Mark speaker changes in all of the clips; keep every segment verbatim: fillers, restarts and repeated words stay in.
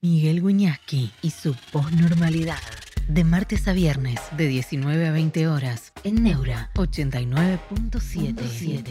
Speaker 1: Miguel Wiñaski y su posnormalidad. De martes a viernes, de diecinueve a veinte horas, en Neura ochenta y nueve punto siete.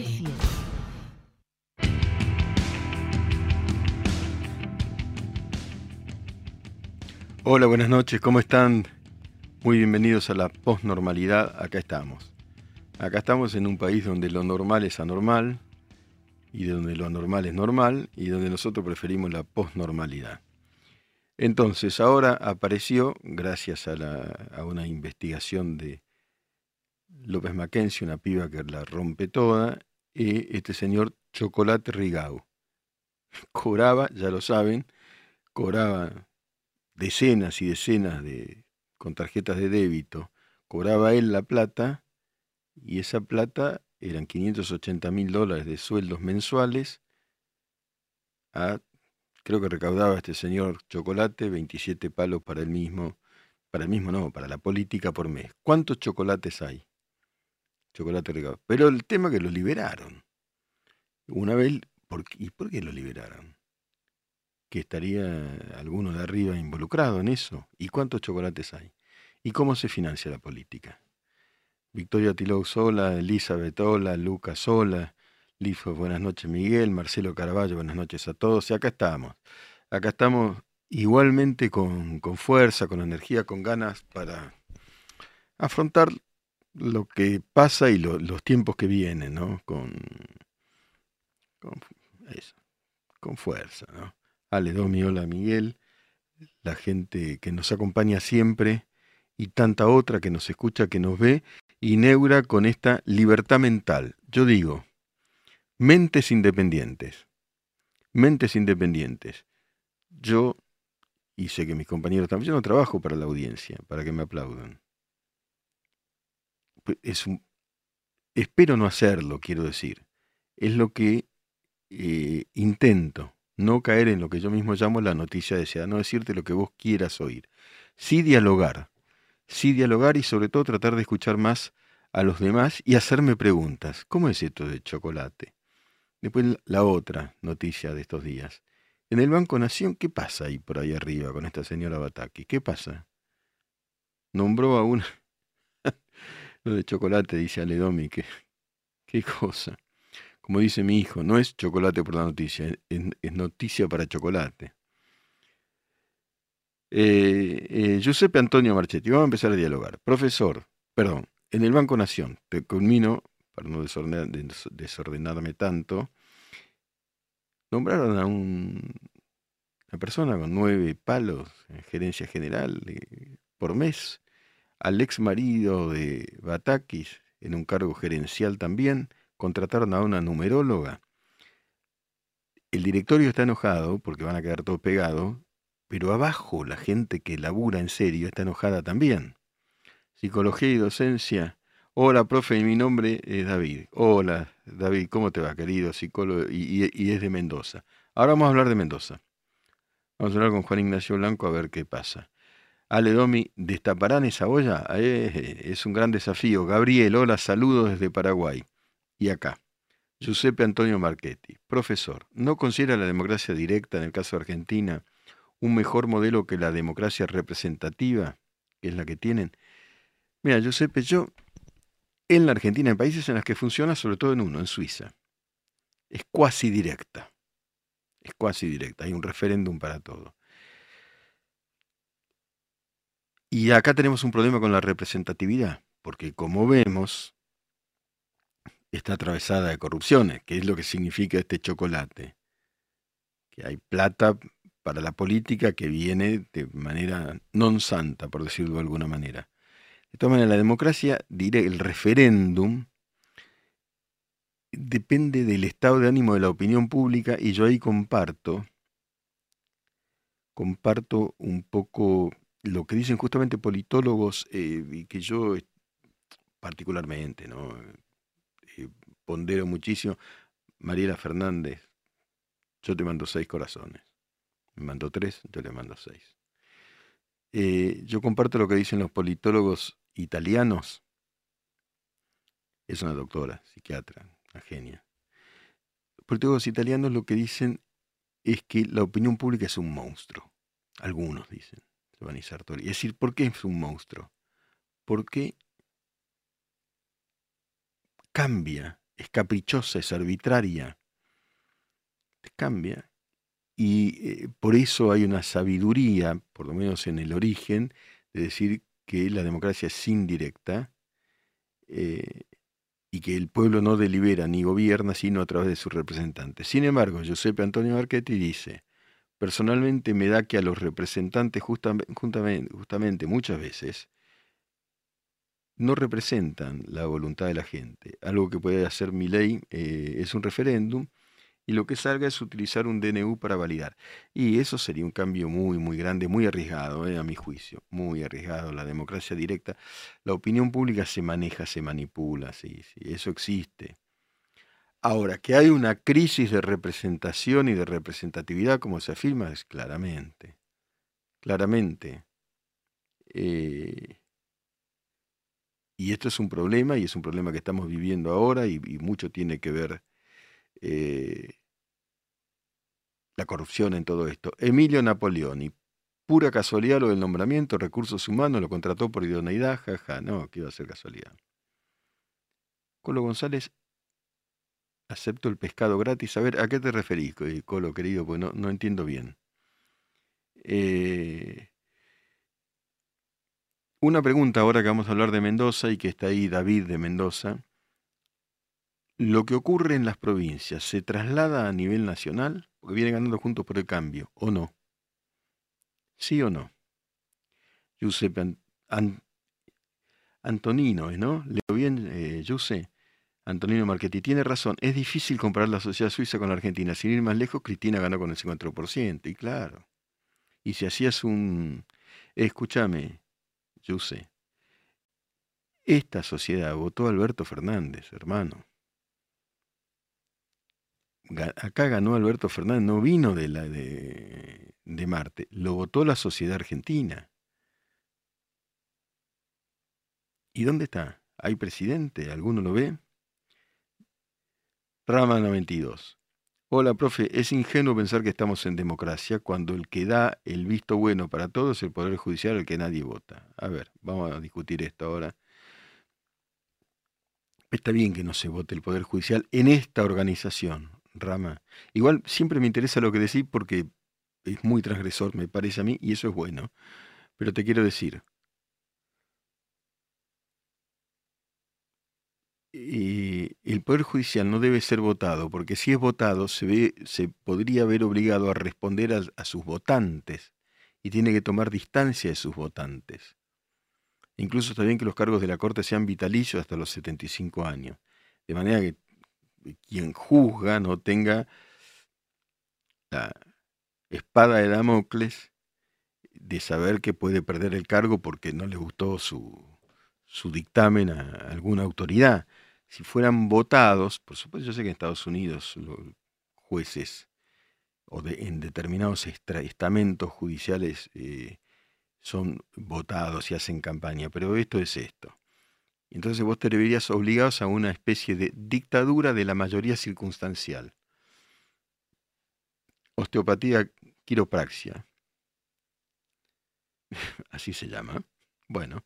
Speaker 2: Hola, buenas noches, ¿cómo están? Muy bienvenidos a la posnormalidad, acá estamos. Acá estamos en un país donde lo normal es anormal, y donde lo anormal es normal, y donde nosotros preferimos la posnormalidad. Entonces, ahora apareció, gracias a, la, a una investigación de López Mackenzie, una piba que la rompe toda, eh, este señor Chocolate Rigau. Cobraba, ya lo saben, cobraba decenas y decenas de, con tarjetas de débito, cobraba él la plata, y esa plata eran quinientos ochenta mil dólares de sueldos mensuales, a, creo que recaudaba este señor Chocolate veintisiete palos para él mismo, para él mismo no, para la política por mes. ¿Cuántos chocolates hay? Chocolate Rigau. Pero el tema es que lo liberaron. Una vez, ¿por qué? ¿Y por qué lo liberaron? Que estaría alguno de arriba involucrado en eso. ¿Y cuántos chocolates hay? ¿Y cómo se financia la política? Victoria Tilou Sola, Elizabeth Ola, Lucas Sola, Lifo, buenas noches Miguel, Marcelo Caraballo, buenas noches a todos. Y acá estamos. Acá estamos igualmente con, con fuerza, con energía, con ganas para afrontar lo que pasa y lo, los tiempos que vienen, ¿no? Con, con eso, con fuerza, ¿no? Ale Domi, hola Miguel, la gente que nos acompaña siempre y tanta otra que nos escucha, que nos ve, y Neura con esta libertad mental. Yo digo, mentes independientes, mentes independientes. Yo, y sé que mis compañeros también, yo no trabajo para la audiencia, para que me aplaudan. Es un, espero no hacerlo, quiero decir. Es lo que eh, intento, no caer en lo que yo mismo llamo la noticia deseada, no decirte lo que vos quieras oír. Sí dialogar, sí dialogar y sobre todo tratar de escuchar más a los demás y hacerme preguntas. ¿Cómo es esto de chocolate? Después la otra noticia de estos días. En el Banco Nación, ¿qué pasa ahí por ahí arriba con esta señora Bataki? ¿Qué pasa? Nombró a una... Lo de chocolate, dice Aledomi, ¿qué, qué cosa? Como dice mi hijo, no es chocolate por la noticia, es, es noticia para chocolate. Eh, eh, Giuseppe Antonio Marchetti, vamos a empezar a dialogar. Profesor, perdón, en el Banco Nación, te culmino, para no desordenar, desordenarme tanto, nombraron a un, una persona con nueve palos en gerencia general eh, por mes, al ex marido de Batakis en un cargo gerencial también, contrataron a una numeróloga. El directorio está enojado porque van a quedar todos pegados, pero abajo la gente que labura en serio está enojada también. Psicología y docencia. Hola, profe, mi nombre es David. Hola, David, ¿cómo te va, querido psicólogo? Y, y, y es de Mendoza. Ahora vamos a hablar de Mendoza. Vamos a hablar con Juan Ignacio Blanco a ver qué pasa. Ale Domi, ¿destaparán esa olla? Eh, es un gran desafío. Gabriel, hola, saludos desde Paraguay. Y acá, Giuseppe Antonio Marchetti. Profesor, ¿no considera la democracia directa, en el caso de Argentina, un mejor modelo que la democracia representativa, que es la que tienen? Mira, Giuseppe, yo en la Argentina, en países en los que funciona, sobre todo en uno, en Suiza, es cuasi directa. Es cuasi directa. Hay un referéndum para todo. Y acá tenemos un problema con la representatividad, porque como vemos, está atravesada de corrupciones, que es lo que significa este chocolate. Que hay plata para la política que viene de manera non santa, por decirlo de alguna manera. De todas maneras, la democracia, diré, el referéndum, depende del estado de ánimo de la opinión pública, y yo ahí comparto, comparto un poco lo que dicen justamente politólogos, eh, y que yo particularmente, ¿no? Eh, pondero muchísimo. Mariela Fernández, yo te mando seis corazones. Me mandó tres, yo le mando seis. Eh, yo comparto lo que dicen los politólogos italianos. Es una doctora, psiquiatra, una genia. Los politólogos italianos lo que dicen es que la opinión pública es un monstruo. algunos dicen, Giovanni Sartori. Es decir, ¿por qué es un monstruo? Porque cambia, es caprichosa, es arbitraria, cambia. Y eh, por eso hay una sabiduría, por lo menos en el origen, de decir que la democracia es indirecta eh, y que el pueblo no delibera ni gobierna sino a través de sus representantes. Sin embargo, Giuseppe Antonio Marchetti dice, personalmente me da que a los representantes justamente, justamente, justamente muchas veces no representan la voluntad de la gente. Algo que puede hacer Milei eh, es un referéndum y lo que salga es utilizar un D N U para validar. Y eso sería un cambio muy, muy grande, muy arriesgado, eh, a mi juicio, muy arriesgado. La democracia directa, la opinión pública se maneja, se manipula, sí, sí, eso existe. Ahora, que hay una crisis de representación y de representatividad, como se afirma, es claramente, claramente. Eh, y esto es un problema, y es un problema que estamos viviendo ahora, y, y mucho tiene que ver eh, la corrupción en todo esto. Emilio Napoleoni, pura casualidad lo del nombramiento, recursos humanos, lo contrató por idoneidad, jaja, no, que iba a ser casualidad. Colo González, acepto el pescado gratis. A ver, ¿a qué te referís, Colo, querido? Pues no, no entiendo bien. Eh, una pregunta ahora que vamos a hablar de Mendoza y que está ahí David de Mendoza. ¿Lo que ocurre en las provincias se traslada a nivel nacional? Porque viene ganando Juntos por el Cambio, ¿o no? ¿Sí o no? Giuseppe An An Antonino, ¿no? Leo bien, eh, Giuseppe. Antonino Marchetti tiene razón. Es difícil comparar la sociedad suiza con la Argentina. Sin ir más lejos, Cristina ganó con el cincuenta por ciento. Y claro. Y si hacías un... Escúchame, Giuseppe. Esta sociedad votó a Alberto Fernández, hermano. Acá ganó Alberto Fernández, no vino de, la, de, de Marte, lo votó la sociedad argentina. ¿Y dónde está? ¿Hay presidente? ¿Alguno lo ve? Rama noventa y dos. Hola, profe, es ingenuo pensar que estamos en democracia cuando el que da el visto bueno para todos es el Poder Judicial al que nadie vota. A ver, vamos a discutir esto ahora. Está bien que no se vote el Poder Judicial en esta organización, Rama. Igual siempre me interesa lo que decís porque es muy transgresor, me parece a mí, y eso es bueno. Pero te quiero decir, eh, el Poder Judicial no debe ser votado, porque si es votado se, ve, se podría ver obligado a responder a, a sus votantes, y tiene que tomar distancia de sus votantes. Incluso está bien que los cargos de la Corte sean vitalicios hasta los setenta y cinco años, de manera que quien juzga no tenga la espada de Damocles de saber que puede perder el cargo porque no le gustó su, su dictamen a alguna autoridad. Si fueran votados, por supuesto, yo sé que en Estados Unidos los jueces o de, en determinados estamentos judiciales eh, son votados y hacen campaña, pero esto es esto. Entonces vos te verías obligados a una especie de dictadura de la mayoría circunstancial. Osteopatía, quiropraxia. Así se llama. Bueno.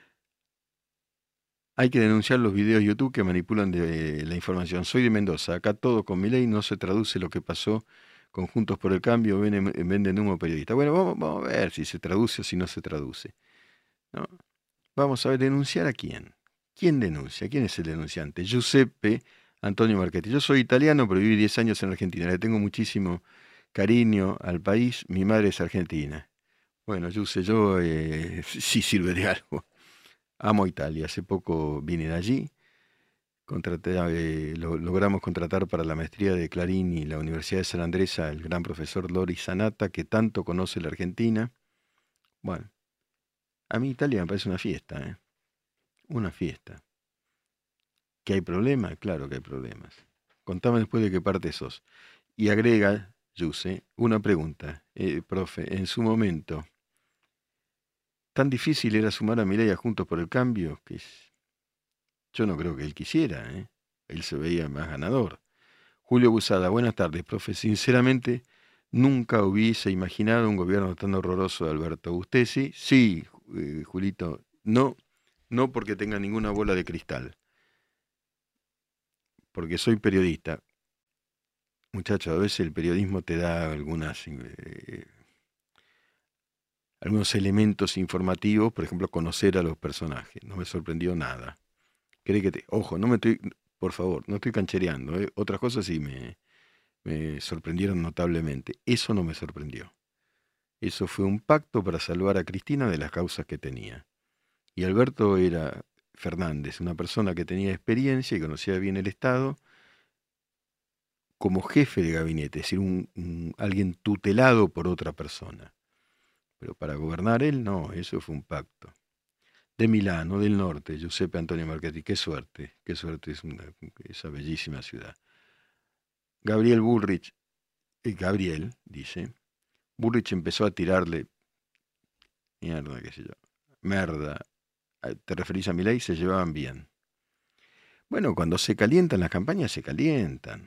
Speaker 2: Hay que denunciar los videos de YouTube que manipulan de, la información. Soy de Mendoza. Acá todo con Milei no se traduce lo que pasó con Juntos por el Cambio, venden, venden humo periodista. Bueno, vamos, vamos a ver si se traduce o si no se traduce, ¿no? Vamos a ver, ¿denunciar a quién? ¿Quién denuncia? ¿Quién es el denunciante? Giuseppe Antonio Marchetti. Yo soy italiano, pero viví diez años en Argentina. Le tengo muchísimo cariño al país. Mi madre es argentina. Bueno, Giuseppe, yo eh, sí sirve de algo. Amo Italia. Hace poco vine de allí. Contraté, eh, lo, logramos contratar para la maestría de Clarín y la Universidad de San Andrés al gran profesor Loris Sanata, que tanto conoce la Argentina. Bueno, a mí Italia me parece una fiesta, ¿eh? Una fiesta. ¿Que hay problemas? Claro que hay problemas. Contame después de qué parte sos. Y agrega, Yuse, una pregunta. Eh, profe, en su momento, ¿tan difícil era sumar a Milei a Juntos por el Cambio? Que es... Yo no creo que él quisiera, ¿eh? Él se veía más ganador. Julio Busada, buenas tardes, profe. Sinceramente, Nunca hubiese imaginado un gobierno tan horroroso de Alberto Gustesi. Sí, eh, Julito, no, no porque tenga ninguna bola de cristal, porque soy periodista. Muchachos, a veces el periodismo te da algunas, eh, algunos elementos informativos, por ejemplo, conocer a los personajes. No me sorprendió nada. Cree que te, ojo, no me estoy, por favor, no estoy canchereando. ¿eh? Otras cosas sí me, me sorprendieron notablemente. Eso no me sorprendió. Eso fue un pacto para salvar a Cristina de las causas que tenía. Y Alberto era Fernández, una persona que tenía experiencia y conocía bien el Estado, como jefe de gabinete, es decir, un, un, alguien tutelado por otra persona. Pero para gobernar él, no, eso fue un pacto. De Milano, del norte, Giuseppe Antonio Marchetti, qué suerte, qué suerte es una, esa bellísima ciudad. Gabriel Bullrich, eh, Gabriel, dice, Bullrich empezó a tirarle, mierda, qué sé yo, merda, te referís a Milei, se llevaban bien. Bueno, cuando se calientan las campañas, se calientan.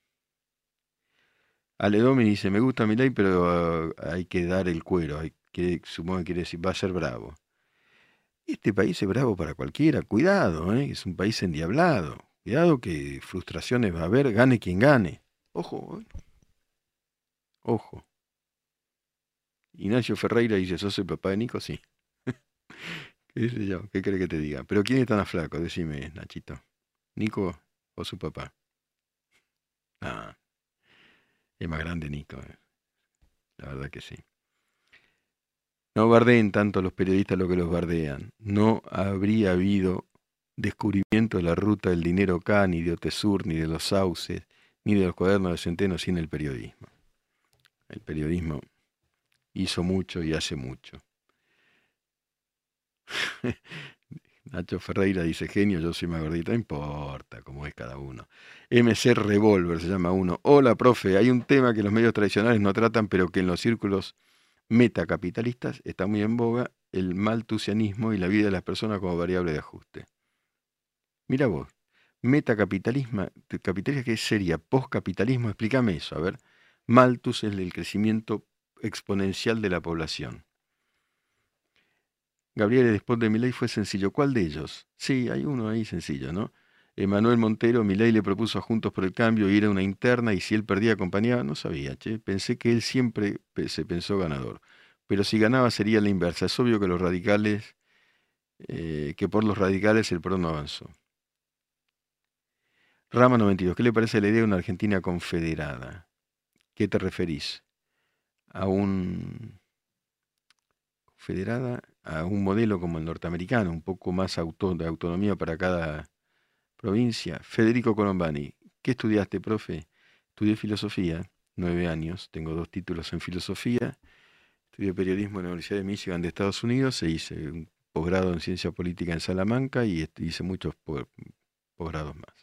Speaker 2: Ale Domini dice, me gusta Milei, pero uh, hay que dar el cuero, hay que, supongo que quiere decir, va a ser bravo. Este país es bravo para cualquiera, cuidado, ¿eh? Es un país endiablado. Cuidado que frustraciones va a haber, gane quien gane. Ojo, ¿eh? Ojo. Ignacio Ferreira dice, ¿sos el papá de Nico? Sí. ¿Qué sé yo? ¿Qué crees que te diga? Pero ¿quién es tan flaco? Decime, Nachito. ¿Nico o su papá? Ah, es más grande Nico. Eh. La verdad que sí. No bardeen tanto a los periodistas lo que los bardean. No habría habido descubrimiento de la ruta del dinero acá, ni de Otesur, ni de los sauces, ni de los cuadernos de Centeno sin el periodismo. El periodismo hizo mucho y hace mucho. Nacho Ferreira dice, genio, yo soy más gordito, no importa, como es cada uno. M C Revolver se llama uno. Hola, profe, hay un tema que los medios tradicionales no tratan, pero que en los círculos metacapitalistas está muy en boga, el maltusianismo y la vida de las personas como variable de ajuste. Mira vos, metacapitalismo, capitalismo, ¿qué sería? Postcapitalismo, explícame eso, a ver. Malthus es el crecimiento exponencial de la población. Gabriel, el spot de Milei fue sencillo. ¿Cuál de ellos? Sí, hay uno ahí sencillo, ¿no? Emanuel Montero, Milei le propuso a Juntos por el Cambio ir a una interna y si él perdía acompañaba, no sabía, che. Pensé que él siempre se pensó ganador. Pero si ganaba sería la inversa. Es obvio que los radicales, eh, que por los radicales el P R O no avanzó. Rama noventa y dos, ¿qué le parece la idea de una Argentina confederada? ¿Qué te referís? ¿A un confederada? ¿A un modelo como el norteamericano, un poco más auto, de autonomía para cada provincia? Federico Colombani, ¿qué estudiaste, profe? Estudié filosofía, nueve años, tengo dos títulos en filosofía, estudié periodismo en la Universidad de Michigan de Estados Unidos e hice un posgrado en ciencia política en Salamanca y hice muchos posgrados más.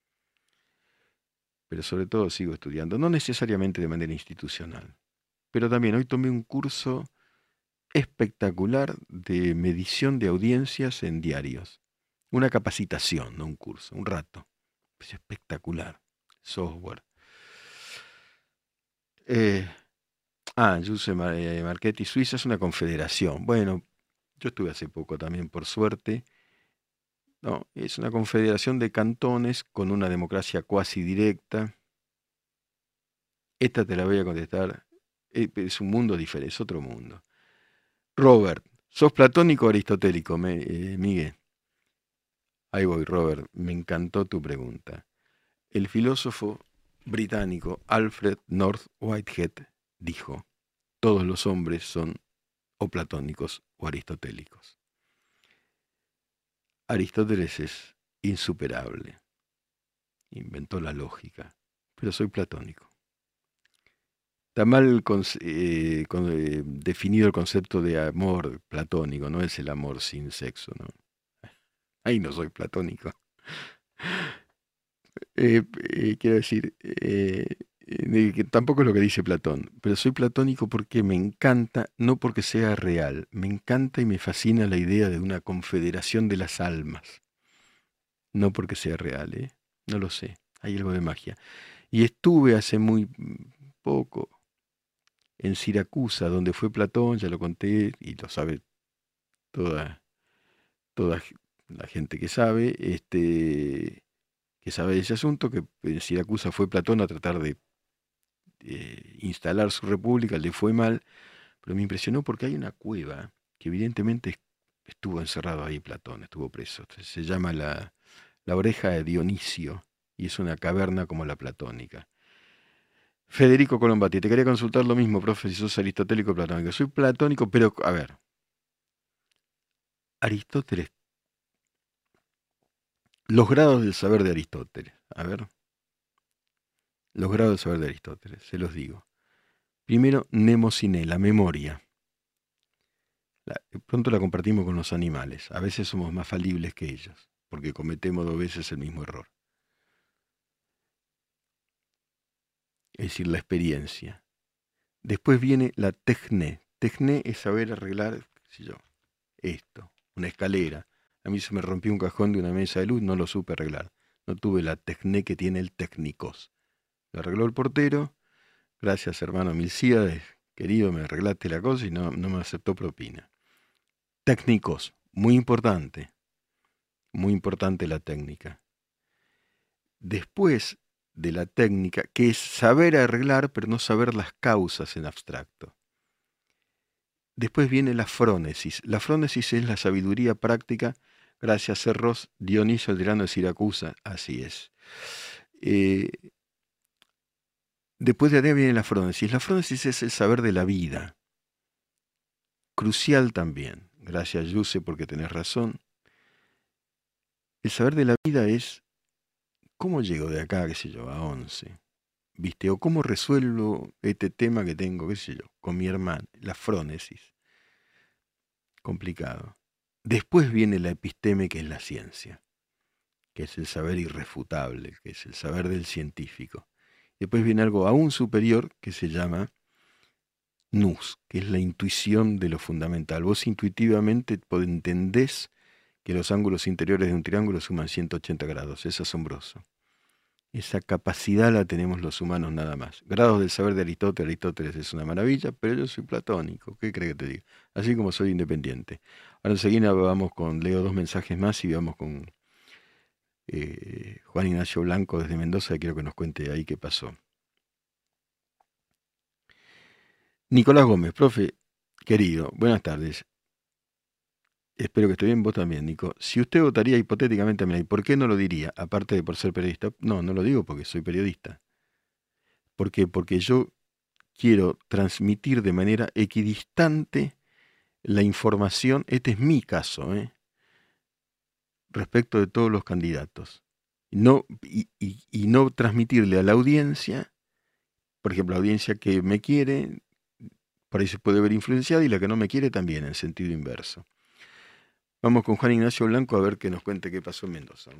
Speaker 2: Pero sobre todo sigo estudiando, no necesariamente de manera institucional, pero también hoy tomé un curso espectacular de medición de audiencias en diarios. Una capacitación, no un curso, un rato. Es espectacular. Software. Eh, ah, Giuseppe Marchetti, Suiza es una confederación. Bueno, yo estuve hace poco también, por suerte. No, es una confederación de cantones con una democracia cuasi directa. Esta te la voy a contestar. Es un mundo diferente, es otro mundo. Robert, ¿sos platónico o aristotélico, me, eh, Miguel? Ahí voy, Robert, me encantó tu pregunta. El filósofo británico Alfred North Whitehead dijo, todos los hombres son o platónicos o aristotélicos. Aristóteles es insuperable, inventó la lógica, pero soy platónico. Está mal eh, con, eh, definido el concepto de amor platónico, no es el amor sin sexo, ¿no? Ahí no soy platónico. Eh, eh, quiero decir, eh, eh, que tampoco es lo que dice Platón, pero soy platónico porque me encanta, no porque sea real, me encanta y me fascina la idea de una confederación de las almas. No porque sea real, ¿eh? No lo sé, hay algo de magia. Y estuve hace muy poco, en Siracusa, donde fue Platón, ya lo conté y lo sabe toda, toda la gente que sabe, este, que sabe de ese asunto, que en Siracusa fue Platón a tratar de eh, instalar su república, le fue mal, pero me impresionó porque hay una cueva que evidentemente estuvo encerrado ahí Platón, estuvo preso. Se llama la, la Oreja de Dionisio y es una caverna como la platónica. Federico Colombati, te quería consultar lo mismo, profe, si sos aristotélico o platónico. Soy platónico, pero a ver, Aristóteles, los grados del saber de Aristóteles, a ver, los grados del saber de Aristóteles, se los digo. Primero, mnemosine, la memoria. La, pronto la compartimos con los animales. A veces somos más falibles que ellos, porque cometemos dos veces el mismo error. Es decir, la experiencia. Después viene la tecné. Tecné es saber arreglar, qué sé yo, esto, una escalera. A mí se me rompió un cajón de una mesa de luz, no lo supe arreglar. No tuve la tecné que tiene el técnicos. Lo arregló el portero. Gracias, hermano Milcíades, querido, me arreglaste la cosa y no, no me aceptó propina. Técnicos, muy importante. Muy importante la técnica. Después de la técnica, que es saber arreglar, pero no saber las causas en abstracto. Después viene la frónesis. La frónesis es la sabiduría práctica, gracias a Cerros, Dionisio el tirano de Siracusa, así es. Eh, después de ahí viene la frónesis. La frónesis es el saber de la vida. Crucial también. Gracias, Yuse, porque tenés razón. El saber de la vida es cómo llego de acá, qué sé yo, a once. ¿Viste? O cómo resuelvo este tema que tengo, qué sé yo, con mi hermana, la frónesis. Complicado. Después viene la episteme, que es la ciencia, que es el saber irrefutable, que es el saber del científico. Después viene algo aún superior que se llama nous, que es la intuición de lo fundamental. Vos intuitivamente entendés que los ángulos interiores de un triángulo suman ciento ochenta grados. Es asombroso. Esa capacidad la tenemos los humanos nada más. Grados del saber de Aristóteles. Aristóteles es una maravilla, pero yo soy platónico. ¿Qué crees que te diga? Así como soy independiente. Ahora enseguida vamos con, leo dos mensajes más y vamos con eh, Juan Ignacio Blanco desde Mendoza, y quiero que nos cuente ahí qué pasó. Nicolás Gómez, profe, querido, buenas tardes. Espero que esté bien, vos también, Nico. Si usted votaría hipotéticamente a Milei, ¿por qué no lo diría? Aparte de por ser periodista. No, no lo digo porque soy periodista. ¿Por qué? Porque yo quiero transmitir de manera equidistante la información, este es mi caso, ¿eh? respecto de todos los candidatos. No, y, y, y no transmitirle a la audiencia, por ejemplo, la audiencia que me quiere, por ahí se puede ver influenciada, y la que no me quiere también, en sentido inverso. Vamos con Juan Ignacio Blanco a ver que nos cuente qué pasó en Mendoza.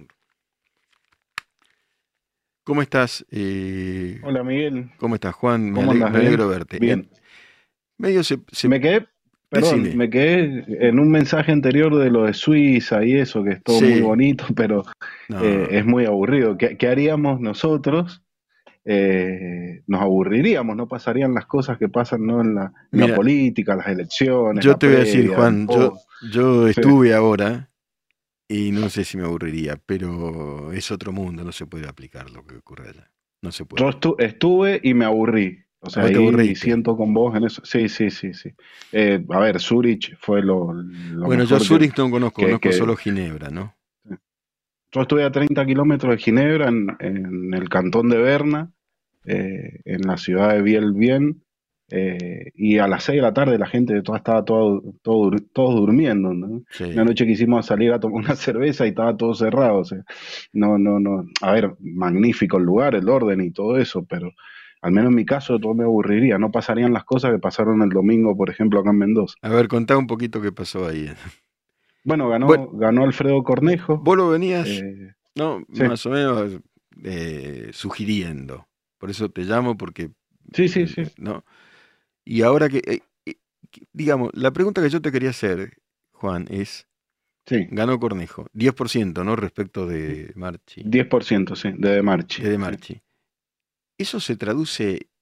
Speaker 2: ¿Cómo estás? Eh,
Speaker 3: Hola, Miguel.
Speaker 2: ¿Cómo estás, Juan? Me,
Speaker 3: ¿Cómo
Speaker 2: ale-
Speaker 3: andas?
Speaker 2: me
Speaker 3: ¿Bien?
Speaker 2: alegro verte.
Speaker 3: Bien.
Speaker 2: Eh, medio se, se-
Speaker 3: Me quedé, perdón,
Speaker 2: decime.
Speaker 3: me quedé en un mensaje anterior de lo de Suiza y eso, que es todo muy
Speaker 2: Sí.
Speaker 3: bonito, pero
Speaker 2: No.
Speaker 3: eh, es muy aburrido. ¿Qué, qué haríamos nosotros? Eh, nos aburriríamos, no pasarían las cosas que pasan, ¿no? en la, en la
Speaker 2: Mira,
Speaker 3: política, las elecciones,
Speaker 2: yo
Speaker 3: la
Speaker 2: te voy a decir,
Speaker 3: previa, el
Speaker 2: Juan, yo,
Speaker 3: post.
Speaker 2: yo
Speaker 3: Sí.
Speaker 2: estuve ahora y no sé si me aburriría, pero es otro mundo, no se puede aplicar lo que ocurre allá. No se puede.
Speaker 3: Yo estu- estuve y me aburrí. O sea,
Speaker 2: ¿A vos te
Speaker 3: ahí
Speaker 2: aburriste?
Speaker 3: siento con vos en eso. Sí, sí, sí, sí. Eh, a ver, Zurich fue lo, lo
Speaker 2: Bueno, yo
Speaker 3: mejor que,
Speaker 2: Zurich no conozco,
Speaker 3: que,
Speaker 2: conozco
Speaker 3: que-
Speaker 2: solo Ginebra, ¿no?
Speaker 3: Yo estuve a treinta kilómetros de Ginebra, en, en el cantón de Berna, eh, en la ciudad de Biel-Bien, eh, y a las seis de la tarde la gente toda, estaba todo, todo, dur- todos durmiendo, ¿no?
Speaker 2: Sí.
Speaker 3: Una noche quisimos salir a tomar una cerveza y estaba todo cerrado. O sea, no, no, no. A ver, magnífico el lugar, el orden y todo eso, pero al menos en mi caso todo me aburriría. No pasarían las cosas que pasaron el domingo, por ejemplo, acá en Mendoza.
Speaker 2: A ver, contá un poquito qué pasó ahí.
Speaker 3: Bueno, ganó,
Speaker 2: Bueno,
Speaker 3: ganó Alfredo Cornejo.
Speaker 2: vos lo venías,
Speaker 3: eh,
Speaker 2: ¿no?
Speaker 3: sí,
Speaker 2: Más o menos eh, sugiriendo. Por eso te llamo, porque,
Speaker 3: sí, sí, sí.
Speaker 2: ¿no? Y ahora que, eh, eh, que- digamos, la pregunta que yo te quería hacer, Juan, es,
Speaker 3: Sí.
Speaker 2: ganó Cornejo, diez por ciento, ¿no? Respecto de Marchi,
Speaker 3: diez por ciento, sí, de De Marchi.
Speaker 2: de De
Speaker 3: sí.
Speaker 2: Marchi. ¿Eso se traduce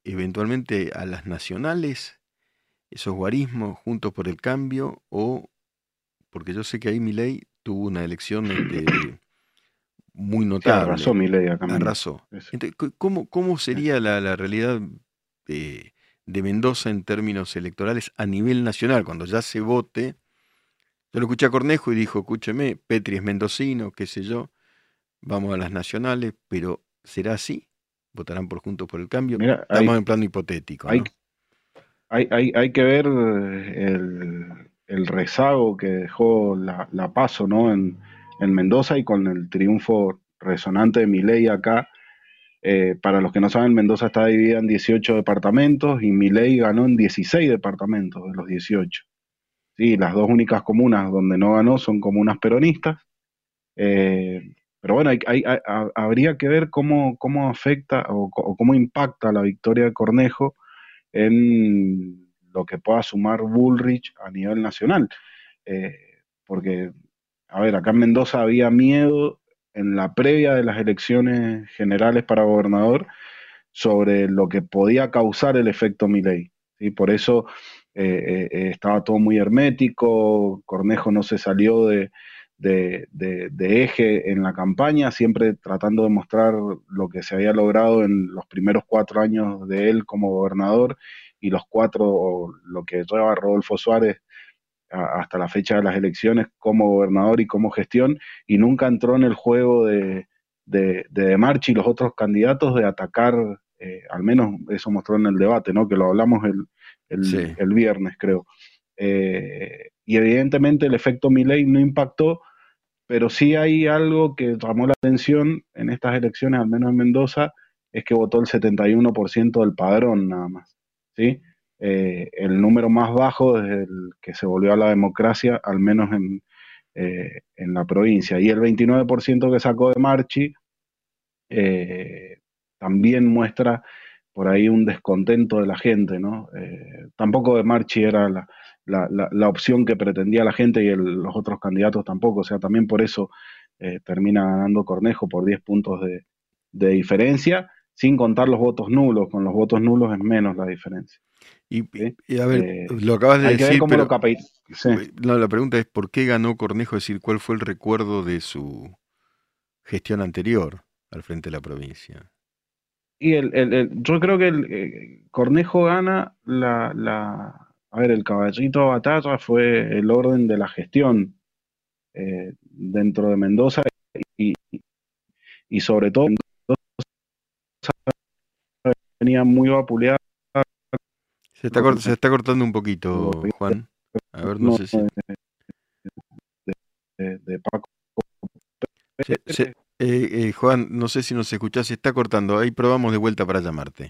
Speaker 2: eventualmente a las nacionales, esos guarismos juntos por el cambio, o porque yo sé que ahí Milei tuvo una elección este, muy
Speaker 3: Sí, arrasó
Speaker 2: notable,
Speaker 3: Milei acá en Mendoza.
Speaker 2: arrasó.
Speaker 3: Eso.
Speaker 2: Entonces, cu- ¿cómo, cómo
Speaker 3: Sí.
Speaker 2: sería la, la realidad de, de Mendoza en términos electorales a nivel nacional, cuando ya se vote? Yo lo escuché a Cornejo y dijo, escúcheme, Petri es mendocino, qué sé yo, vamos a las nacionales, pero ¿será así? ¿Votarán por Juntos por el Cambio?
Speaker 3: Mira, hay,
Speaker 2: Estamos en plano hipotético,
Speaker 3: hay,
Speaker 2: ¿no?
Speaker 3: hay, hay, hay que ver el, el rezago que dejó la, la PASO, ¿no? en, en Mendoza y con el triunfo resonante de Milei acá. Eh, para los que no saben, Mendoza está dividida en dieciocho departamentos y Milei ganó en dieciséis departamentos de los dieciocho. Sí, las dos únicas comunas donde no ganó son comunas peronistas. Eh, pero bueno, hay- hay- hay- ha- habría que ver cómo, cómo afecta o, co- o cómo impacta la victoria de Cornejo en lo que pueda sumar Bullrich a nivel nacional. Eh, porque, a ver, acá en Mendoza había miedo en la previa de las elecciones generales para gobernador sobre lo que podía causar el efecto Milei. ¿Sí? Por eso eh, eh, estaba todo muy hermético, Cornejo no se salió de, de, de, de eje en la campaña, siempre tratando de mostrar lo que se había logrado en los primeros cuatro años de él como gobernador y los cuatro, o lo que lleva Rodolfo Suárez a, hasta la fecha de las elecciones como gobernador y como gestión, y nunca entró en el juego de, de, de, de Marchi y los otros candidatos de atacar, eh, al menos eso mostró en el debate, ¿no? Que lo hablamos el, el,
Speaker 2: Sí.
Speaker 3: el viernes, creo. Eh, y evidentemente el efecto Milei no impactó, pero sí hay algo que llamó la atención en estas elecciones, al menos en Mendoza, es que votó el setenta y uno por ciento del padrón nada más, ¿sí? Eh, el número más bajo desde el que se volvió a la democracia, al menos en, eh, en la provincia. Y el veintinueve por ciento que sacó de Marchi eh, también muestra por ahí un descontento de la gente, ¿no? Eh, tampoco de Marchi era la, la, la, la, opción que pretendía la gente y el, los otros candidatos tampoco, o sea, también por eso eh, termina ganando Cornejo por diez puntos de, de diferencia, sin contar los votos nulos, con los votos nulos es menos la diferencia.
Speaker 2: Y,
Speaker 3: ¿Sí?
Speaker 2: y, a ver,
Speaker 3: Eh,
Speaker 2: lo acabas de
Speaker 3: hay que ver
Speaker 2: decir,
Speaker 3: cómo lo
Speaker 2: pero
Speaker 3: capaz. Sí.
Speaker 2: no, la pregunta es ¿por qué ganó Cornejo? Es decir, ¿cuál fue el recuerdo de su gestión anterior al frente de la provincia?
Speaker 3: Y el, el, el, yo creo que el eh, Cornejo gana la, la, a ver, el caballito de batalla fue el orden de la gestión eh, dentro de Mendoza y, y sobre todo Mendoza venía muy vapuleada
Speaker 2: Se está, cort- se está cortando un poquito, Juan. A ver, no sé si...
Speaker 3: de, de, de Paco
Speaker 2: se- se-
Speaker 3: Pérez.
Speaker 2: eh, eh, Juan, no sé si nos escuchás, se está cortando. Ahí probamos de vuelta para llamarte.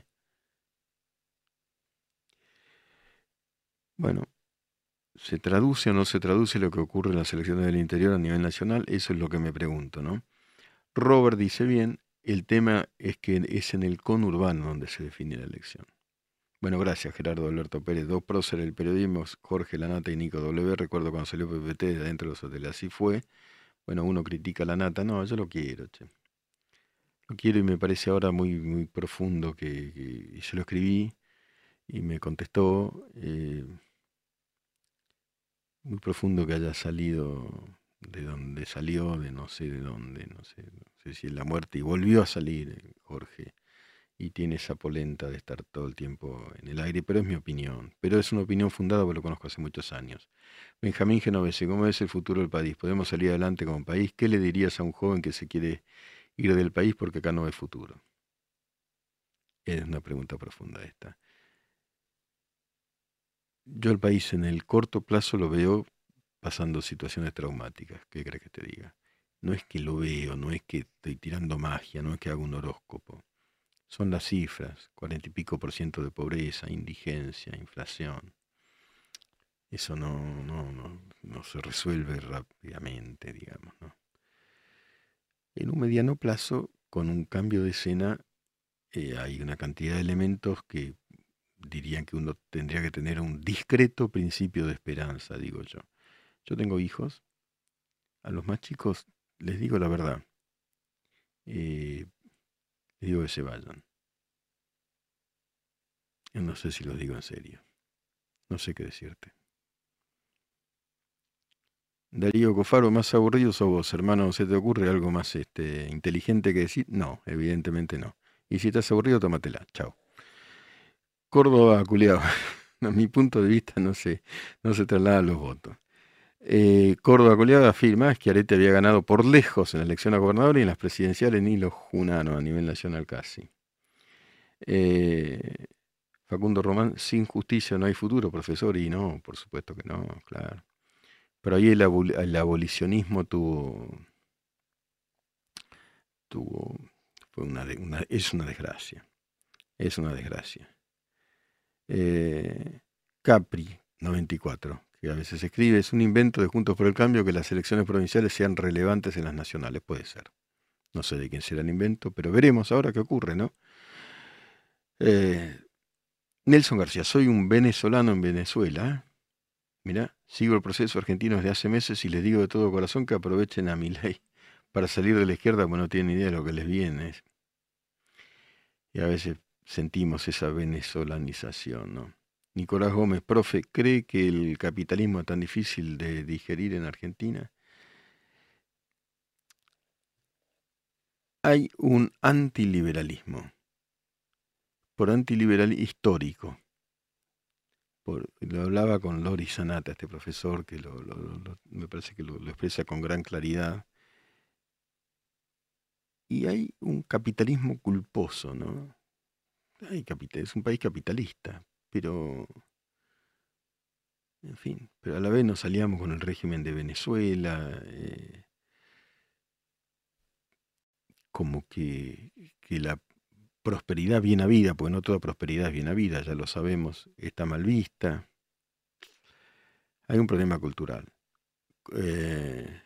Speaker 2: Bueno, ¿se traduce o no se traduce lo que ocurre en las elecciones del interior a nivel nacional? Eso es lo que me pregunto, ¿no? Robert dice bien, el tema es que es en el conurbano donde se define la elección. Bueno, gracias Gerardo Alberto Pérez, dos próceres del periodismo, Jorge Lanata y Nico W. Recuerdo cuando salió P P T de adentro de los hoteles, así fue. Bueno, uno critica a Lanata, no, yo lo quiero, che. Lo quiero y me parece ahora muy, muy profundo que, que- y se lo escribí y me contestó, eh, muy profundo que haya salido de donde salió, de no sé de dónde, no sé, no sé si en la muerte, y volvió a salir eh, Jorge, y tiene esa polenta de estar todo el tiempo en el aire, pero es mi opinión, pero es una opinión fundada porque lo conozco hace muchos años. Benjamín Genovese, ¿cómo es el futuro del país? ¿Podemos salir adelante como país? ¿Qué le dirías a un joven que se quiere ir del país porque acá no hay futuro? Es una pregunta profunda esta. Yo el país en el corto plazo lo veo pasando situaciones traumáticas. ¿Qué crees que te diga? No es que lo veo, no es que estoy tirando magia, no es que hago un horóscopo. Son las cifras, cuarenta y pico por ciento de pobreza, indigencia, inflación. Eso no, no, no, no se resuelve rápidamente, digamos, ¿no? En un mediano plazo, con un cambio de escena, eh, hay una cantidad de elementos que dirían que uno tendría que tener un discreto principio de esperanza, digo yo. Yo tengo hijos, a los más chicos les digo la verdad, eh, les digo que se vayan. no sé si lo digo en serio. No sé qué decirte. Darío Cofaro, más aburrido sos vos, hermano. ¿Se te ocurre algo más este, inteligente que decir? No, evidentemente no. Y si estás aburrido, tómatela. Chao. Córdoba, culiao. A mi punto de vista no se, no se trasladan los votos. Eh, Córdoba Culiao afirma que Arete había ganado por lejos en la elección a gobernador y en las presidenciales ni los junanos a nivel nacional casi. Eh, Facundo Román, sin justicia no hay futuro, profesor, y no, por supuesto que no, claro. Pero ahí el, abol el abolicionismo tuvo, tuvo, fue una, de, una, es una desgracia, es una desgracia. Eh, Capri, noventa y cuatro, que a veces se escribe, es un invento de Juntos por el Cambio que las elecciones provinciales sean relevantes en las nacionales, puede ser. No sé de quién será el invento, pero veremos ahora qué ocurre, ¿no? Eh, Nelson García, soy un venezolano en Venezuela. Mirá, sigo el proceso argentino desde hace meses y les digo de todo corazón que aprovechen a Milei para salir de la izquierda, porque no tienen idea de lo que les viene. Y a veces sentimos esa venezolanización, ¿no? Nicolás Gómez, profe, ¿cree que el capitalismo es tan difícil de digerir en Argentina? Hay un antiliberalismo. Por antiliberalismo histórico. Por, lo hablaba con Lori Sanata, este profesor, que lo, lo, lo, me parece que lo, lo expresa con gran claridad. Y hay un capitalismo culposo, ¿no? Hay capital, es un país capitalista, pero, en fin, pero a la vez nos aliamos con el régimen de Venezuela, eh, como que, que la prosperidad bien habida, porque no toda prosperidad es bien habida, ya lo sabemos, está mal vista. Hay un problema cultural. Eh,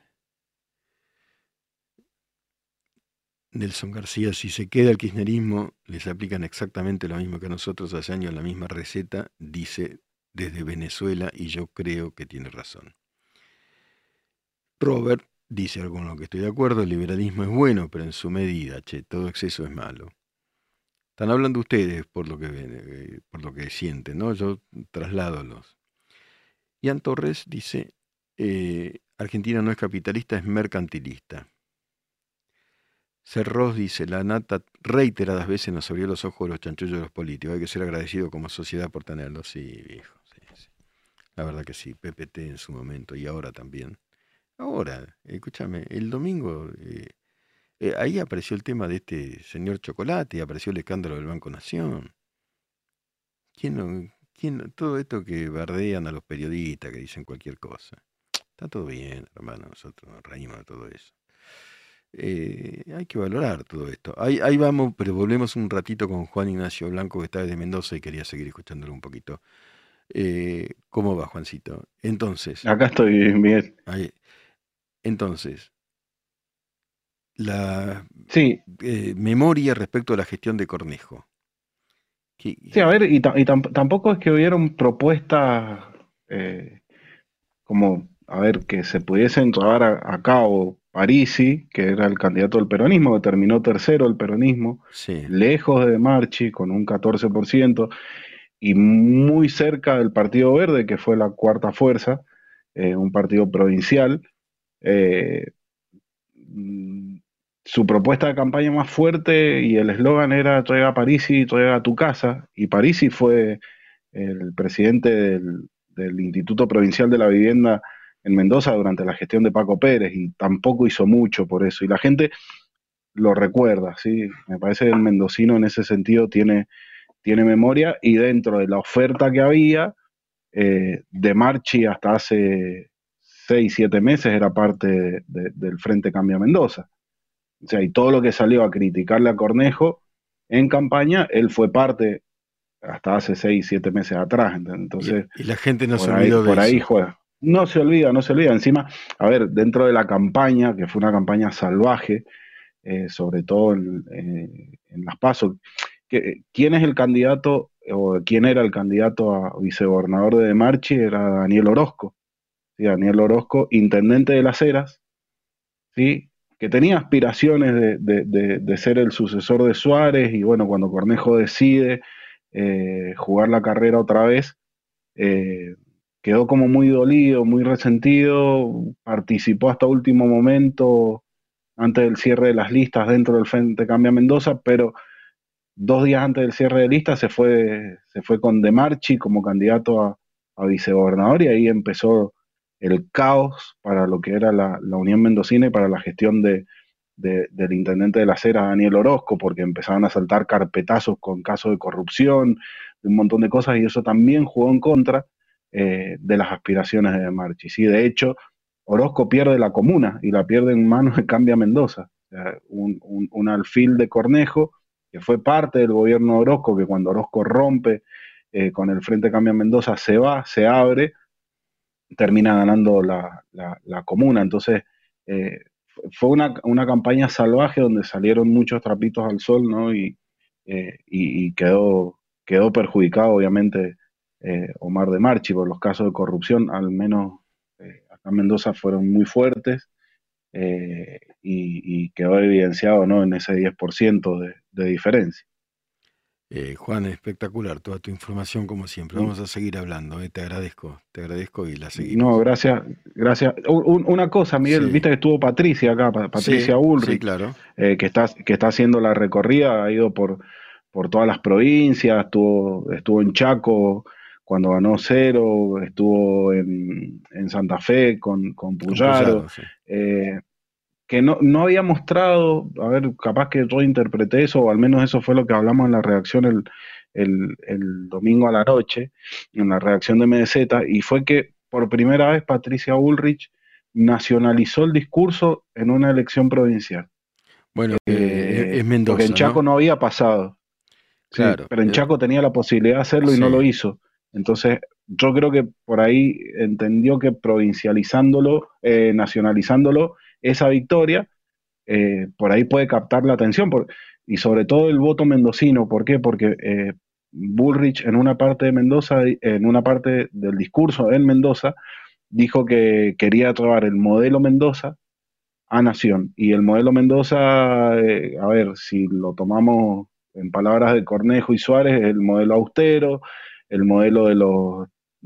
Speaker 2: Nelson García, si se queda el kirchnerismo, les aplican exactamente lo mismo que a nosotros hace años, la misma receta, dice desde Venezuela, y yo creo que tiene razón. Robert dice algo con lo que estoy de acuerdo, el liberalismo es bueno, pero en su medida, che, todo exceso es malo. Están hablando ustedes por lo que ven, por lo que sienten, ¿no? Yo traslado los. Ian Torres dice, eh, Argentina no es capitalista, es mercantilista. Cerros dice, la nata reiteradas veces nos abrió los ojos de los chanchullos de los políticos. Hay que ser agradecido como sociedad por tenerlos. Sí, viejo, sí, sí. La verdad que sí, P P T en su momento y ahora también. Ahora, escúchame, el domingo, eh, eh, ahí apareció el tema de este señor Chocolate y apareció el escándalo del Banco Nación. ¿Quién no, quién, todo esto que bardean a los periodistas, que dicen cualquier cosa. Está todo bien, hermano, nosotros nos reímos de todo eso. Eh, hay que valorar todo esto. Ahí, ahí vamos, pero volvemos un ratito con Juan Ignacio Blanco, que está desde Mendoza y quería seguir escuchándolo un poquito. Eh, ¿Cómo va, Juancito? Entonces.
Speaker 3: Acá estoy bien.
Speaker 2: Ahí, entonces, la
Speaker 3: sí.
Speaker 2: eh, memoria respecto a la gestión de Cornejo. ¿Qué?
Speaker 3: Sí, a ver, y, y tampoco es que hubieron propuestas eh, como, a ver, que se pudiesen llevar a, a cabo. Parisi, que era el candidato del peronismo, que terminó tercero el peronismo,
Speaker 2: sí.
Speaker 3: lejos de De Marchi, con un catorce por ciento, y muy cerca del Partido Verde, que fue la cuarta fuerza, eh, un partido provincial. Eh, su propuesta de campaña más fuerte y el eslogan era traiga a Parisi, traiga a tu casa, y Parisi fue el presidente del, del Instituto Provincial de la Vivienda en Mendoza durante la gestión de Paco Pérez, y tampoco hizo mucho por eso, y la gente lo recuerda, ¿sí? Me parece que el mendocino en ese sentido tiene, tiene memoria, y dentro de la oferta que había, eh, De Marchi hasta hace seis, siete meses era parte de, de, del Frente Cambia Mendoza. O sea, y todo lo que salió a criticarle a Cornejo en campaña, él fue parte hasta hace seis, siete meses atrás. Entonces,
Speaker 2: y, y la gente no se
Speaker 3: olvidó de eso. Por ahí juega. No se olvida, no se olvida. Encima, a ver, dentro de la campaña, que fue una campaña salvaje, eh, sobre todo en, eh, en las PASO, que, ¿quién es el candidato o quién era el candidato a vicegobernador de De Marchi? Era Daniel Orozco. ¿Sí? Daniel Orozco, intendente de Las Heras, ¿sí? Que tenía aspiraciones de, de, de, de ser el sucesor de Suárez, y bueno, cuando Cornejo decide eh, jugar la carrera otra vez, eh, quedó como muy dolido, muy resentido, participó hasta último momento antes del cierre de las listas dentro del Frente Cambia Mendoza, pero dos días antes del cierre de listas se fue, se fue con De Marchi como candidato a, a vicegobernador y ahí empezó el caos para lo que era la, la Unión Mendocina y para la gestión de, de- del intendente de la Cera, Daniel Orozco, porque empezaban a saltar carpetazos con casos de corrupción, de un montón de cosas, y eso también jugó en contra eh, de las aspiraciones de De Marchi. Sí, de hecho, Orozco pierde la comuna y la pierde en manos de Cambia Mendoza, o sea, un, un, un alfil de Cornejo que fue parte del gobierno de Orozco, que cuando Orozco rompe eh, con el Frente Cambia Mendoza se va, se abre, termina ganando la, la, la comuna. Entonces, eh, fue una, una campaña salvaje donde salieron muchos trapitos al sol, ¿no? Y, eh, y, y quedó, quedó perjudicado, obviamente, eh, Omar de Marchi por los casos de corrupción, al menos eh, acá en Mendoza fueron muy fuertes. eh, y, y quedó evidenciado, ¿no? En ese diez por ciento de, de diferencia.
Speaker 2: Eh, Juan, espectacular toda tu información como siempre.
Speaker 3: ¿No?
Speaker 2: Vamos a seguir hablando, eh, te agradezco, te agradezco y la
Speaker 3: No,
Speaker 2: seguimos.
Speaker 3: gracias, gracias. Un- un- una cosa, Miguel,
Speaker 2: Sí,
Speaker 3: viste que estuvo Patricia acá, Pa-
Speaker 2: sí,
Speaker 3: Patricia
Speaker 2: sí,
Speaker 3: Ulrich,
Speaker 2: claro.
Speaker 3: eh, que está, que está haciendo la recorrida, ha ido por, por todas las provincias, estuvo, estuvo en Chaco cuando ganó cero, estuvo en, en Santa Fe con, con
Speaker 2: Con
Speaker 3: Puyaro,
Speaker 2: Puyaro, sí.
Speaker 3: eh, que no, no había mostrado, a ver, capaz que yo interpreté eso, o al menos eso fue lo que hablamos en la redacción el, el, el domingo a la noche, en la redacción de M D Z, y fue que por primera vez Patricia Bullrich nacionalizó el discurso en una elección provincial,
Speaker 2: Bueno, eh, es,
Speaker 3: eh,
Speaker 2: es
Speaker 3: porque en
Speaker 2: Mendoza,
Speaker 3: Chaco
Speaker 2: ¿no?
Speaker 3: no había pasado, sí,
Speaker 2: Claro,
Speaker 3: pero en
Speaker 2: eh,
Speaker 3: Chaco tenía la posibilidad de hacerlo y no lo
Speaker 2: sí,
Speaker 3: hizo. Entonces, yo creo que por ahí entendió que provincializándolo, eh, nacionalizándolo, esa victoria eh, por ahí puede captar la atención por- y sobre todo el voto mendocino. ¿Por qué? Porque eh, Bullrich en una parte de Mendoza, en una parte del discurso en Mendoza, dijo que quería traer el modelo Mendoza a Nación. Y el modelo Mendoza, eh, a ver, si lo tomamos en palabras de Cornejo y Suárez, el modelo austero, el modelo de los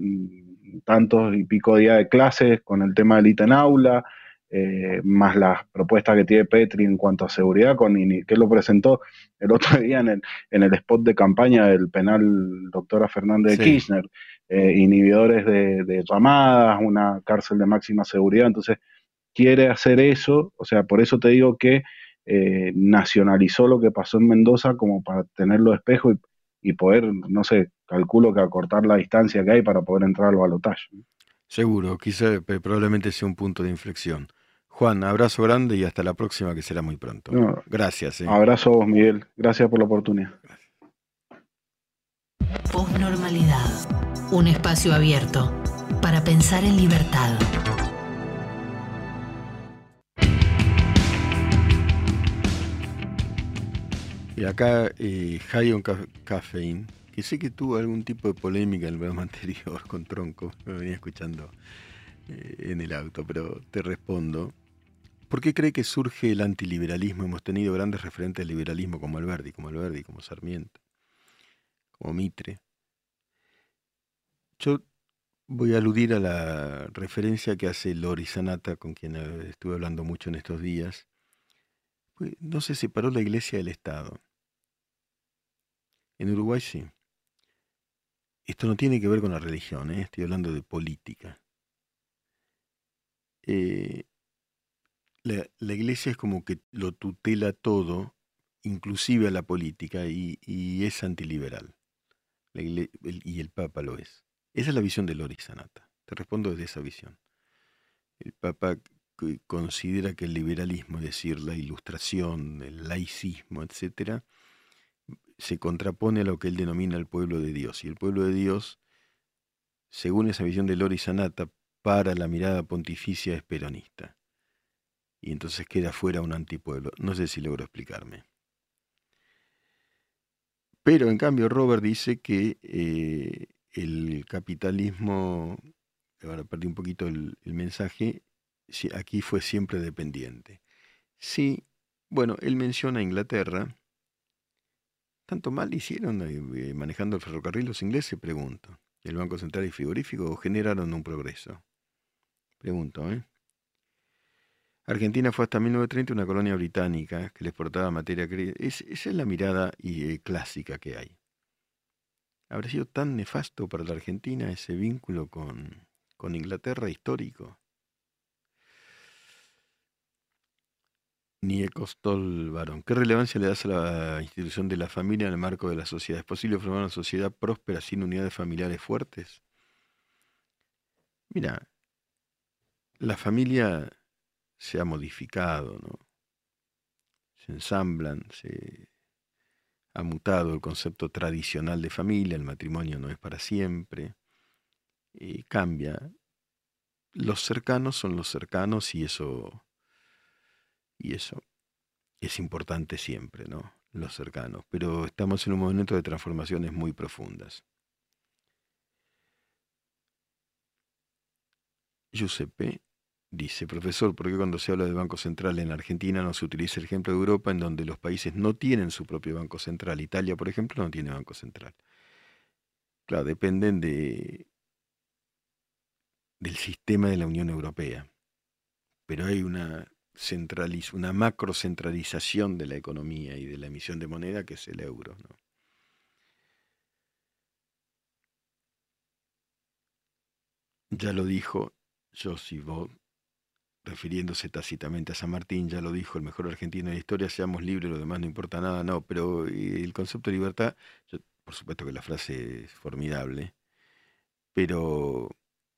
Speaker 3: mm, tantos y pico días de clases con el tema del ítem aula, eh, más las propuestas que tiene Petri en cuanto a seguridad, con, que lo presentó el otro día en el, en el spot de campaña del penal doctora Fernández de
Speaker 2: sí.
Speaker 3: Kirchner, eh, inhibidores de, de llamadas, una cárcel de máxima seguridad. Entonces, quiere hacer eso, o sea, por eso te digo que eh, nacionalizó lo que pasó en Mendoza como para tenerlo de espejo y, y poder, no sé, calculo que acortar la distancia que hay para poder entrar al balotaje.
Speaker 2: Seguro, quizá pe- probablemente sea un punto de inflexión. Juan, abrazo grande y hasta la próxima que será muy pronto.
Speaker 3: No,
Speaker 2: Gracias, eh.
Speaker 3: abrazo a vos, Miguel. Gracias por la oportunidad.
Speaker 1: Posnormalidad. Un espacio abierto para pensar en libertad.
Speaker 2: Y acá eh, High on Ca- Caffeine, que sé que tuvo algún tipo de polémica en el programa anterior con Tronco, me venía escuchando eh, en el auto, pero te respondo. ¿Por qué cree que surge el antiliberalismo? Hemos tenido grandes referentes del liberalismo como Alberdi, como Alberdi, como Sarmiento, como Mitre. Yo voy a aludir a la referencia que hace Lori Sanata, con quien eh, estuve hablando mucho en estos días. Pues no se separó la iglesia del Estado. En Uruguay sí. Esto no tiene que ver con la religión, ¿eh? Estoy hablando de política. Eh, la, la iglesia es como que lo tutela todo, inclusive a la política, y, y es antiliberal. La igle- el- y el Papa lo es. Esa es la visión de Lori Sanata. Te respondo desde esa visión. El Papa c- considera que el liberalismo, es decir, la ilustración, el laicismo, etcétera, se contrapone a lo que él denomina el pueblo de Dios. Y el pueblo de Dios, según esa visión de Lori Sanata, para la mirada pontificia es peronista. Y entonces queda fuera un antipueblo. No sé si logro explicarme. Pero en cambio Robert dice que eh, el capitalismo, ahora perdí un poquito el, el mensaje, si- aquí fue siempre dependiente. Sí, bueno, él menciona a Inglaterra, ¿Tanto mal hicieron eh, manejando el ferrocarril los ingleses? Pregunto. ¿El Banco Central y Frigorífico o generaron un progreso? Pregunto, ¿eh? Argentina fue hasta mil novecientos treinta una colonia británica que le exportaba materia gris. Es, esa es la mirada y, eh, clásica que hay. ¿Habrá sido tan nefasto para la Argentina ese vínculo con, con Inglaterra histórico? Niecostol Varón. ¿Qué relevancia le das a la institución de la familia en el marco de la sociedad? ¿Es posible formar una sociedad próspera sin unidades familiares fuertes? Mira, la familia se ha modificado, ¿no? Se ensamblan, se ha mutado el concepto tradicional de familia, el matrimonio no es para siempre, y cambia. Los cercanos son los cercanos y eso, y eso es importante siempre, ¿no? Los cercanos. Pero estamos en un momento de transformaciones muy profundas. Giuseppe dice, profesor, ¿por qué cuando se habla del Banco Central en Argentina no se utiliza el ejemplo de Europa en donde los países no tienen su propio Banco Central? Italia, por ejemplo, no tiene Banco Central. Claro, dependen de, del sistema de la Unión Europea. Pero hay una, centraliz una macrocentralización de la economía y de la emisión de moneda que es el euro, ¿no? Ya lo dijo Josibod, refiriéndose tácitamente a San Martín, ya lo dijo el mejor argentino de la historia, seamos libres, lo demás no importa nada, no, pero el concepto de libertad, yo, por supuesto que la frase es formidable, pero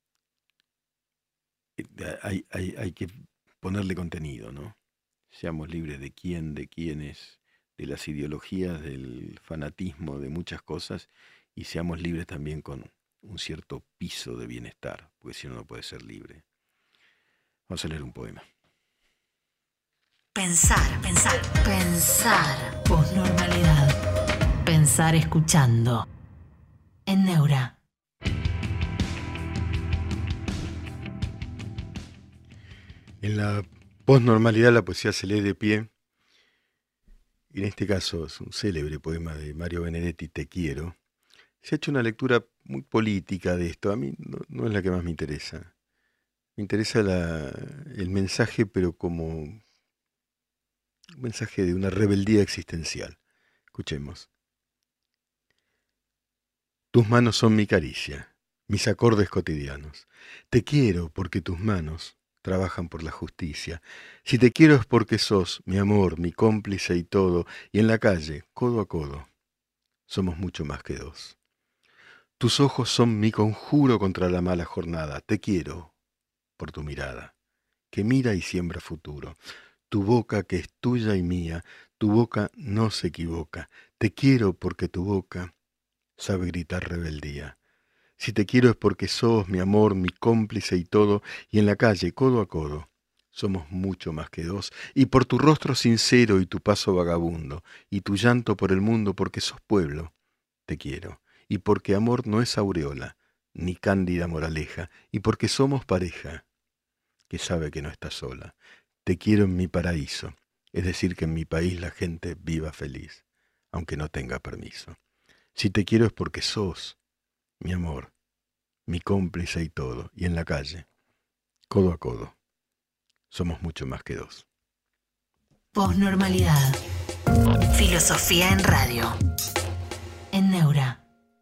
Speaker 2: hay, hay, hay que ponerle contenido, ¿no? Seamos libres de quién, de quiénes, de las ideologías, del fanatismo, de muchas cosas, y seamos libres también con un cierto piso de bienestar, porque si no, no puede ser libre. Vamos a leer un poema.
Speaker 1: Pensar, pensar, pensar. Posnormalidad. Pensar escuchando. En Neura.
Speaker 2: En la posnormalidad la poesía se lee de pie. Y en este caso es un célebre poema de Mario Benedetti, Te quiero. Se ha hecho una lectura muy política de esto. A mí no, no es la que más me interesa. Me interesa la, el mensaje, pero como un mensaje de una rebeldía existencial. Escuchemos. Tus manos son mi caricia, mis acordes cotidianos. Te quiero porque tus manos trabajan por la justicia. Si te quiero es porque sos mi amor, mi cómplice y todo. Y en la calle, codo a codo, somos mucho más que dos. Tus ojos son mi conjuro contra la mala jornada. Te quiero por tu mirada, que mira y siembra futuro. Tu boca que es tuya y mía, tu boca no se equivoca. Te quiero porque tu boca sabe gritar rebeldía. Si te quiero es porque sos mi amor, mi cómplice y todo, y en la calle, codo a codo, somos mucho más que dos. Y por tu rostro sincero y tu paso vagabundo, y tu llanto por el mundo porque sos pueblo, te quiero. Y porque amor no es aureola, ni cándida moraleja, y porque somos pareja, que sabe que no está sola. Te quiero en mi paraíso, es decir, que en mi país la gente viva feliz, aunque no tenga permiso. Si te quiero es porque sos mi amor, mi cómplice y todo, y en la calle, codo a codo, somos mucho más que dos.
Speaker 1: Posnormalidad. Filosofía en radio. En Neura.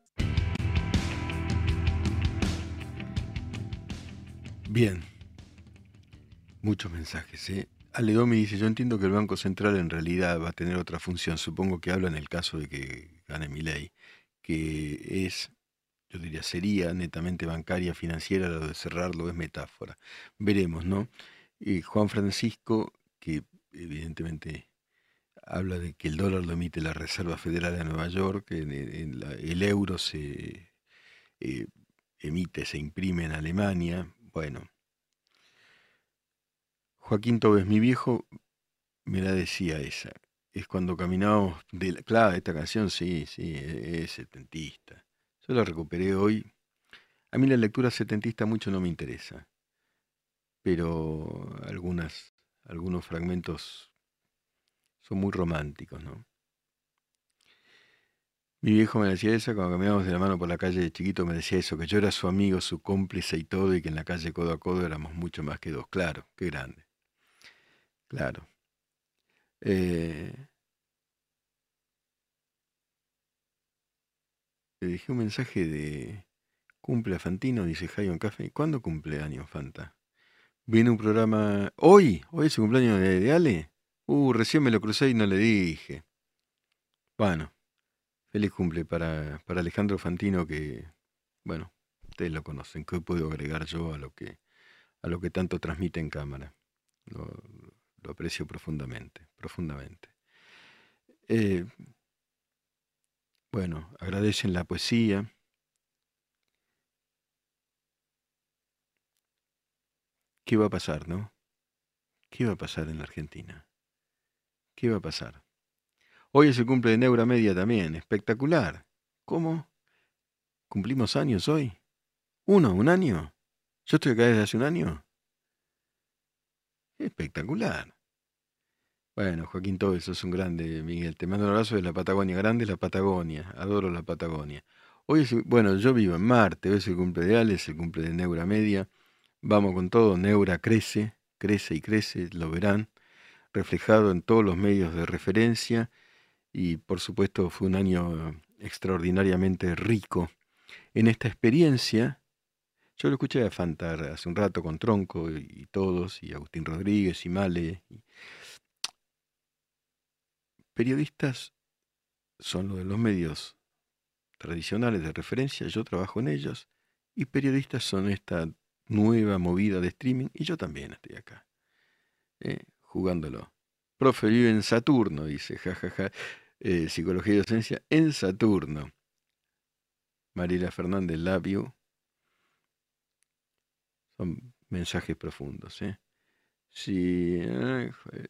Speaker 2: Bien, muchos mensajes, ¿eh? Aledomi dice, yo entiendo que el Banco Central en realidad va a tener otra función, supongo que habla en el caso de que gane Milei, que es, yo diría, sería netamente bancaria, financiera, lo de cerrarlo es metáfora. Veremos, ¿no? Y Juan Francisco, que evidentemente habla de que el dólar lo emite la Reserva Federal de Nueva York, que en, en la, el euro se eh, emite, se imprime en Alemania. Bueno, Joaquín Tobes, mi viejo me la decía esa. Es cuando caminábamos de la... Claro, esta canción sí, sí, es setentista. Yo la recuperé hoy. A mí la lectura setentista mucho no me interesa, pero algunas, algunos fragmentos son muy románticos, ¿no? Mi viejo me decía eso, cuando caminábamos de la mano por la calle de chiquito me decía eso, que yo era su amigo, su cómplice y todo, y que en la calle codo a codo éramos mucho más que dos. Claro, qué grande. Claro. Eh, le dejé un mensaje de cumple a Fantino, dice Jaime Café. ¿Cuándo cumple años, Fanta? Viene un programa... ¿Hoy? ¿Hoy es su cumpleaños de, de Ale? Uh, recién me lo crucé y no le dije. Bueno, feliz cumple para, para Alejandro Fantino que, bueno, ustedes lo conocen. ¿Qué puedo agregar yo a lo que, a lo que tanto transmite en cámara? Lo, lo aprecio profundamente, profundamente. Eh, bueno, agradecen la poesía. ¿Qué va a pasar, no? ¿Qué va a pasar en la Argentina? ¿Qué va a pasar? Hoy es el cumple de Neura Media también, espectacular. ¿Cómo? ¿Cumplimos años hoy? ¿Uno? ¿Un año? ¿Yo estoy acá desde hace un año? Espectacular. Bueno, Joaquín Tobes, sos un grande, Miguel. Te mando un abrazo de la Patagonia Grande, la Patagonia. Adoro la Patagonia. Hoy es, bueno, yo vivo en Marte, hoy es el cumple de Ale, es el cumple de Neura Media. Vamos con todo, Neura crece, crece y crece, lo verán, reflejado en todos los medios de referencia. Y por supuesto fue un año extraordinariamente rico en esta experiencia. Yo lo escuché a Fantar hace un rato con Tronco y, y todos, y Agustín Rodríguez y Male. Y periodistas son los de los medios tradicionales de referencia, yo trabajo en ellos, y periodistas son esta nueva movida de streaming, y yo también estoy acá, eh, jugándolo. Profe vive en Saturno, dice, jajaja, ja, ja. eh, psicología y docencia en Saturno. Mariela Fernández, Labio. Son mensajes profundos, ¿eh? Si, eh,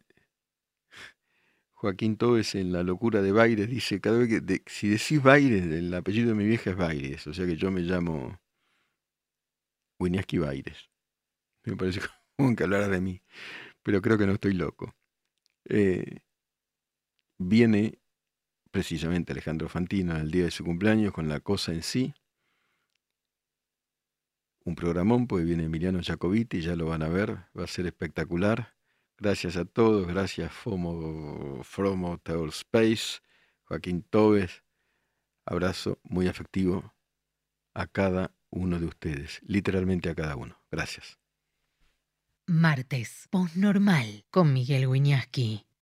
Speaker 2: Joaquín Tobes en La locura de Baires dice, cada vez que, de, si decís Baires, el apellido de mi vieja es Baires, o sea que yo me llamo Winiaski Baires. Me parece como que hablaras de mí, pero creo que no estoy loco. Eh, viene precisamente Alejandro Fantino el día de su cumpleaños con La cosa en sí. Un programón, pues viene Emiliano Jacobiti, ya lo van a ver, va a ser espectacular. Gracias a todos, gracias Fomo, Fromo Tower Space, Joaquín Tobes, abrazo muy afectivo a cada uno de ustedes, literalmente a cada uno. Gracias.
Speaker 1: Martes, Postnormal, con Miguel Wiñaski.